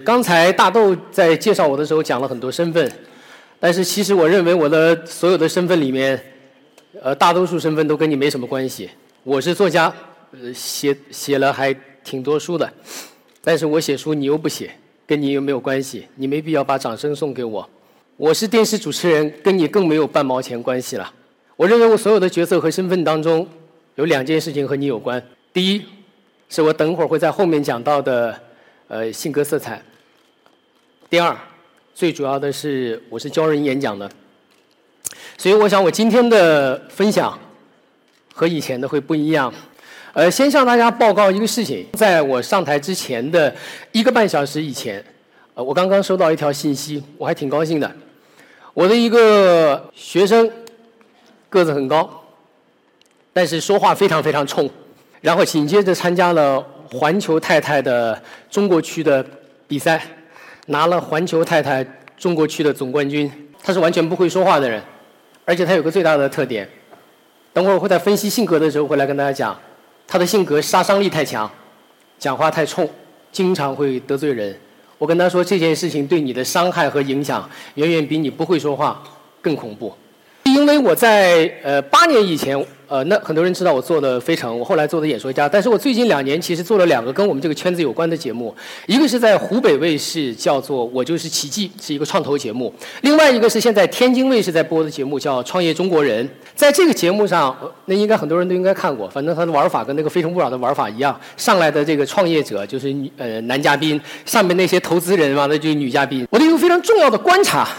刚才大豆在介绍我的时候讲了很多身份，但是其实我认为我的所有的身份里面，大多数身份都跟你没什么关系。我是作家，写了还挺多书的，但是我写书你又不写，跟你又没有关系，你没必要把掌声送给我。我是电视主持人，跟你更没有半毛钱关系了。我认为我所有的角色和身份当中，有2件事情和你有关。第一，是我等会儿会在后面讲到的性格色彩。第二，最主要的是我是教人演讲的，所以我想我今天的分享和以前的会不一样。先向大家报告一个事情，在我上台之前的1个半小时以前，我刚刚收到一条信息，我还挺高兴的。我的一个学生个子很高，但是说话非常非常冲，然后紧接着参加了环球太太的中国区的比赛，拿了环球太太中国区的总冠军。他是完全不会说话的人，而且他有个最大的特点，等会儿我会在分析性格的时候会来跟大家讲，他的性格杀伤力太强，讲话太冲，经常会得罪人。我跟他说这件事情对你的伤害和影响远远比你不会说话更恐怖。因为我在8年以前，那很多人知道我做的非诚，我后来做的演说家，但是我最近2年其实做了2个跟我们这个圈子有关的节目，一个是在湖北卫视叫做《我就是奇迹》，是一个创投节目；另外一个是现在天津卫视在播的节目叫《创业中国人》。在这个节目上，那应该很多人都应该看过，反正它的玩法跟那个《非诚勿扰》的玩法一样，上来的这个创业者就是男嘉宾，上面那些投资人嘛，那就是女嘉宾。我的一个非常重要的观察，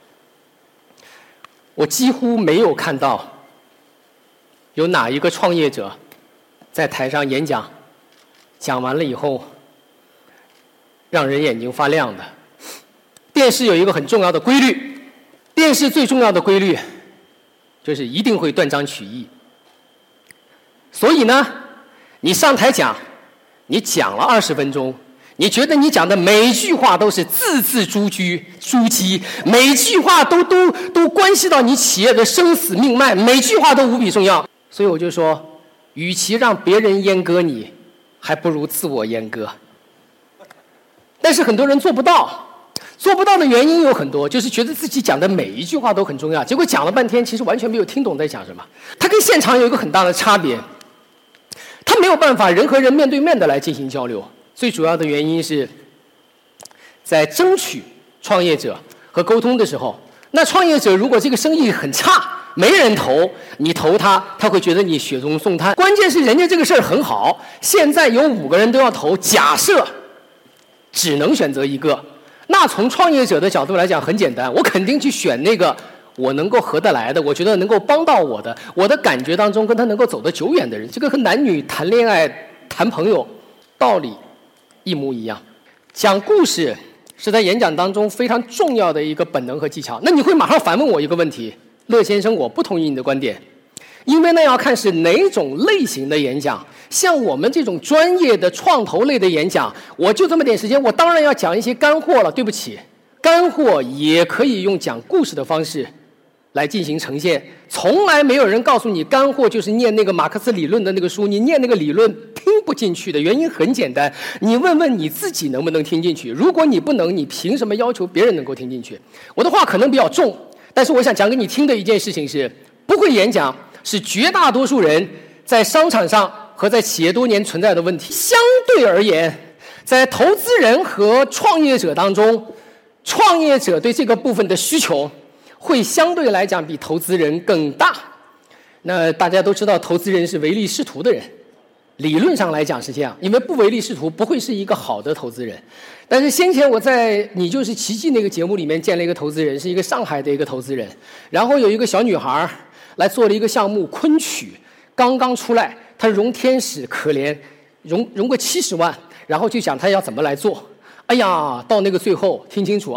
我几乎没有看到有哪一个创业者在台上演讲，讲完了以后让人眼睛发亮的。电视有一个很重要的规律，电视最重要的规律就是一定会断章取义。所以呢，你上台讲，你讲了20分钟，你觉得你讲的每一句话都是字字珠玑，每一句话都关系到你企业的生死命脉，每句话都无比重要。所以我就说，与其让别人阉割你，还不如自我阉割。但是很多人做不到，做不到的原因有很多，就是觉得自己讲的每一句话都很重要，结果讲了半天，其实完全没有听懂在讲什么。它跟现场有一个很大的差别，它没有办法人和人面对面的来进行交流。最主要的原因是，在争取创业者和沟通的时候，那创业者如果这个生意很差，没人投，你投他，他会觉得你雪中送炭。关键是人家这个事儿很好，现在有5个人都要投，假设只能选择1个，那从创业者的角度来讲很简单，我肯定去选那个我能够合得来的，我觉得能够帮到我的，我的感觉当中跟他能够走得久远的人。这个和男女谈恋爱谈朋友道理一模一样。讲故事是在演讲当中非常重要的一个本能和技巧。那你会马上反问我一个问题，乐先生，我不同意你的观点，因为那要看是哪种类型的演讲。像我们这种专业的创投类的演讲，我就这么点时间，我当然要讲一些干货了。对不起，干货也可以用讲故事的方式来进行呈现。从来没有人告诉你干货就是念那个马克思理论的那个书，你念那个理论听不进去的原因很简单，你问问你自己能不能听进去。如果你不能，你凭什么要求别人能够听进去？我的话可能比较重，但是我想讲给你听的一件事情是，不会演讲是绝大多数人在商场上和在企业多年存在的问题。相对而言，在投资人和创业者当中，创业者对这个部分的需求会相对来讲比投资人更大。那大家都知道投资人是唯利是图的人，理论上来讲是这样，因为不唯利是图不会是一个好的投资人。但是先前我在《你就是奇迹》那个节目里面见了一个投资人，是一个上海的一个投资人，然后有一个小女孩来做了一个项目昆曲，刚刚出来，她融天使可怜融个70万，然后就讲她要怎么来做。哎呀，到那个最后听清楚啊，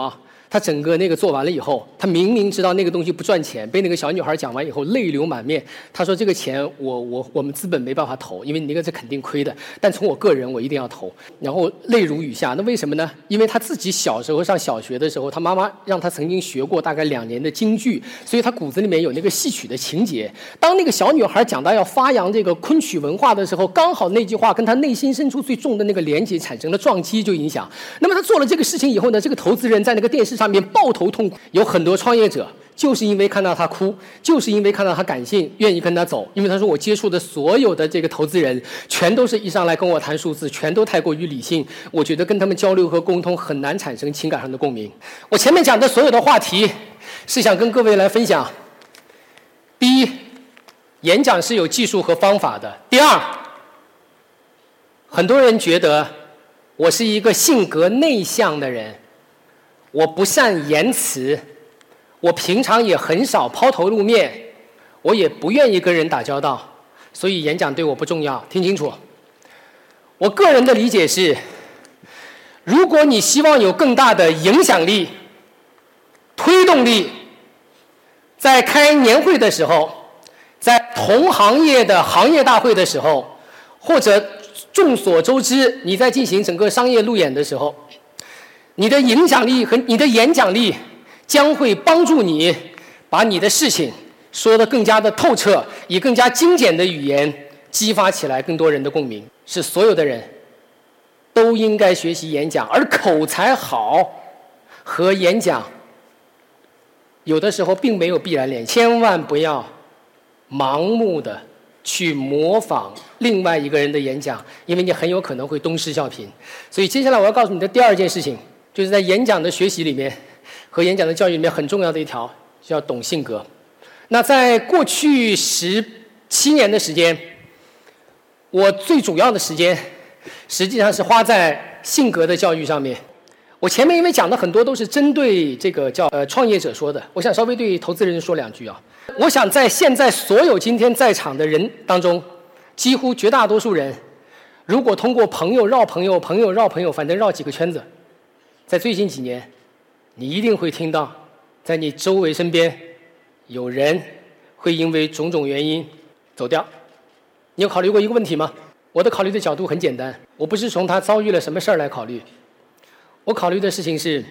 他整个那个做完了以后，他明明知道那个东西不赚钱，被那个小女孩讲完以后泪流满面。他说：“这个钱我们资本没办法投，因为你那个是肯定亏的。但从我个人，我一定要投。”然后泪如雨下。那为什么呢？因为他自己小时候上小学的时候，他妈妈让他曾经学过大概2年的京剧，所以他骨子里面有那个戏曲的情节。当那个小女孩讲到要发扬这个昆曲文化的时候，刚好那句话跟他内心深处最重的那个连结产生了撞击，就影响。那么他做了这个事情以后呢，这个投资人在那个电视上面抱头痛哭。有很多创业者就是因为看到他哭，就是因为看到他感性，愿意跟他走。因为他说我接触的所有的这个投资人，全都是一上来跟我谈数字，全都太过于理性，我觉得跟他们交流和沟通很难产生情感上的共鸣。我前面讲的所有的话题，是想跟各位来分享：第一，演讲是有技术和方法的；第二，很多人觉得我是一个性格内向的人，我不善言辞，我平常也很少抛头露面，我也不愿意跟人打交道，所以演讲对我不重要。听清楚，我个人的理解是，如果你希望有更大的影响力、推动力，在开年会的时候，在同行业的行业大会的时候，或者众所周知，你在进行整个商业路演的时候，你的影响力和你的演讲力将会帮助你把你的事情说得更加的透彻，以更加精简的语言激发起来更多人的共鸣。是所有的人都应该学习演讲，而口才好和演讲有的时候并没有必然联系。千万不要盲目的去模仿另外一个人的演讲，因为你很有可能会东施效颦。所以接下来我要告诉你的第二件事情，就是在演讲的学习里面和演讲的教育里面很重要的一条，就要懂性格。那在过去17年的时间，我最主要的时间实际上是花在性格的教育上面。我前面因为讲的很多都是针对这个叫创业者说的，我想稍微对投资人说2句啊。我想在现在所有今天在场的人当中，几乎绝大多数人，如果通过朋友绕朋友，朋友绕朋友，反正绕几个圈子，在最近几年，你一定会听到，在你周围身边有人会因为种种原因走掉。你有考虑过一个问题吗？我的考虑的角度很简单，我不是从他遭遇了什么事儿来考虑，我考虑的事情是，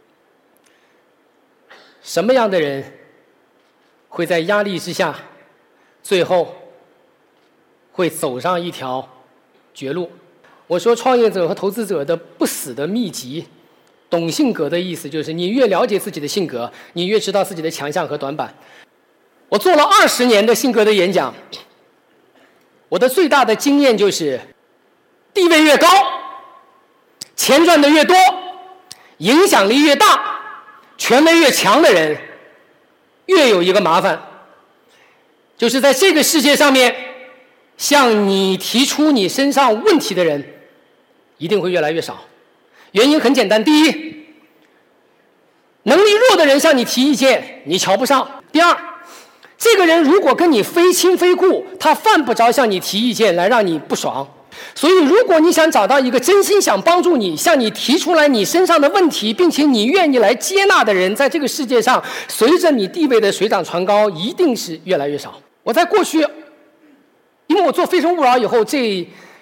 什么样的人会在压力之下，最后会走上一条绝路。我说创业者和投资者的不死的秘籍，懂性格的意思就是你越了解自己的性格，你越知道自己的强项和短板。我做了20年的性格的演讲，我的最大的经验就是，地位越高，钱赚的越多，影响力越大，权威越强的人，越有一个麻烦，就是在这个世界上面，向你提出你身上问题的人，一定会越来越少。原因很简单，第一，能力弱的人向你提意见，你瞧不上；第二，这个人如果跟你非亲非故，他犯不着向你提意见来让你不爽。所以如果你想找到一个真心想帮助你，向你提出来你身上的问题，并且你愿意来接纳的人，在这个世界上，随着你地位的水涨船高，一定是越来越少。我在过去，因为我做非诚勿扰以后，这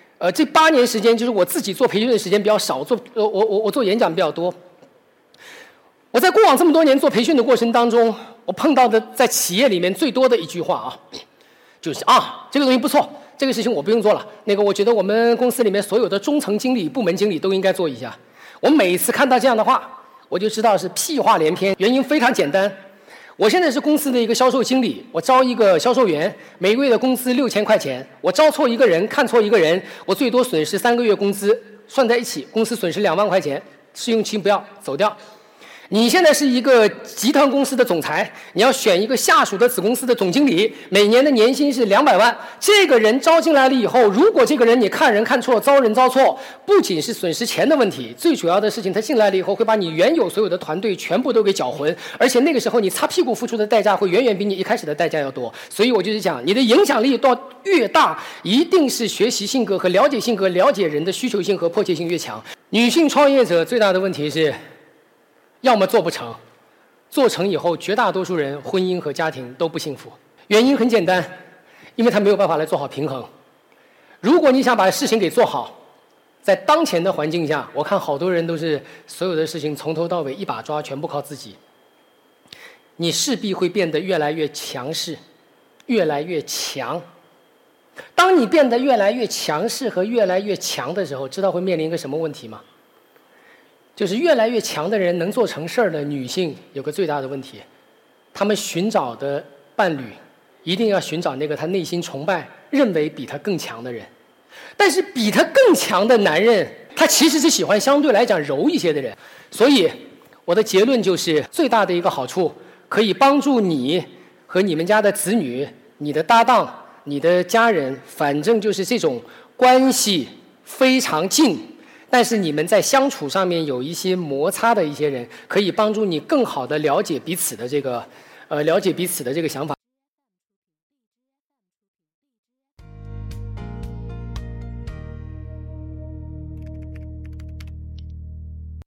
8年时间，就是我自己做培训的时间比较少，我做演讲比较多。我在过往这么多年做培训的过程当中，我碰到的在企业里面最多的一句话啊，就是这个东西不错，这个事情我不用做了，那个我觉得我们公司里面所有的中层经理、部门经理都应该做一下。我每次看到这样的话，我就知道是屁话连篇。原因非常简单，我现在是公司的一个销售经理，我招一个销售员，每个月的工资6000块钱，我招错一个人，看错一个人，我最多损失3个月工资，算在一起，公司损失2万块钱，试用期不要，走掉。你现在是一个集团公司的总裁，你要选一个下属的子公司的总经理，每年的年薪是200万。这个人招进来了以后，如果这个人你看人看错，招人招错，不仅是损失钱的问题，最主要的事情，他进来了以后会把你原有所有的团队全部都给搅浑，而且那个时候你擦屁股付出的代价会远远比你一开始的代价要多。所以我就是讲，你的影响力到越大，一定是学习性格和了解性格、了解人的需求性和迫切性越强。女性创业者最大的问题是， 要么做不成，做成以后绝大多数人婚姻和家庭都不幸福。原因很简单，因为他没有办法来做好平衡。如果你想把事情给做好，在当前的环境下，我看好多人都是所有的事情从头到尾一把抓，全部靠自己。你势必会变得越来越强势，越来越强。当你变得越来越强势和越来越强的时候，知道会面临一个什么问题吗？就是越来越强的人，能做成事儿的女性有个最大的问题，她们寻找的伴侣一定要寻找那个她内心崇拜、认为比她更强的人。但是比她更强的男人，他其实是喜欢相对来讲柔一些的人。所以我的结论就是，最大的一个好处，可以帮助你和你们家的子女、你的搭档、你的家人，反正就是这种关系非常近，但是你们在相处上面有一些摩擦的一些人，可以帮助你更好的了解彼此的这个想法。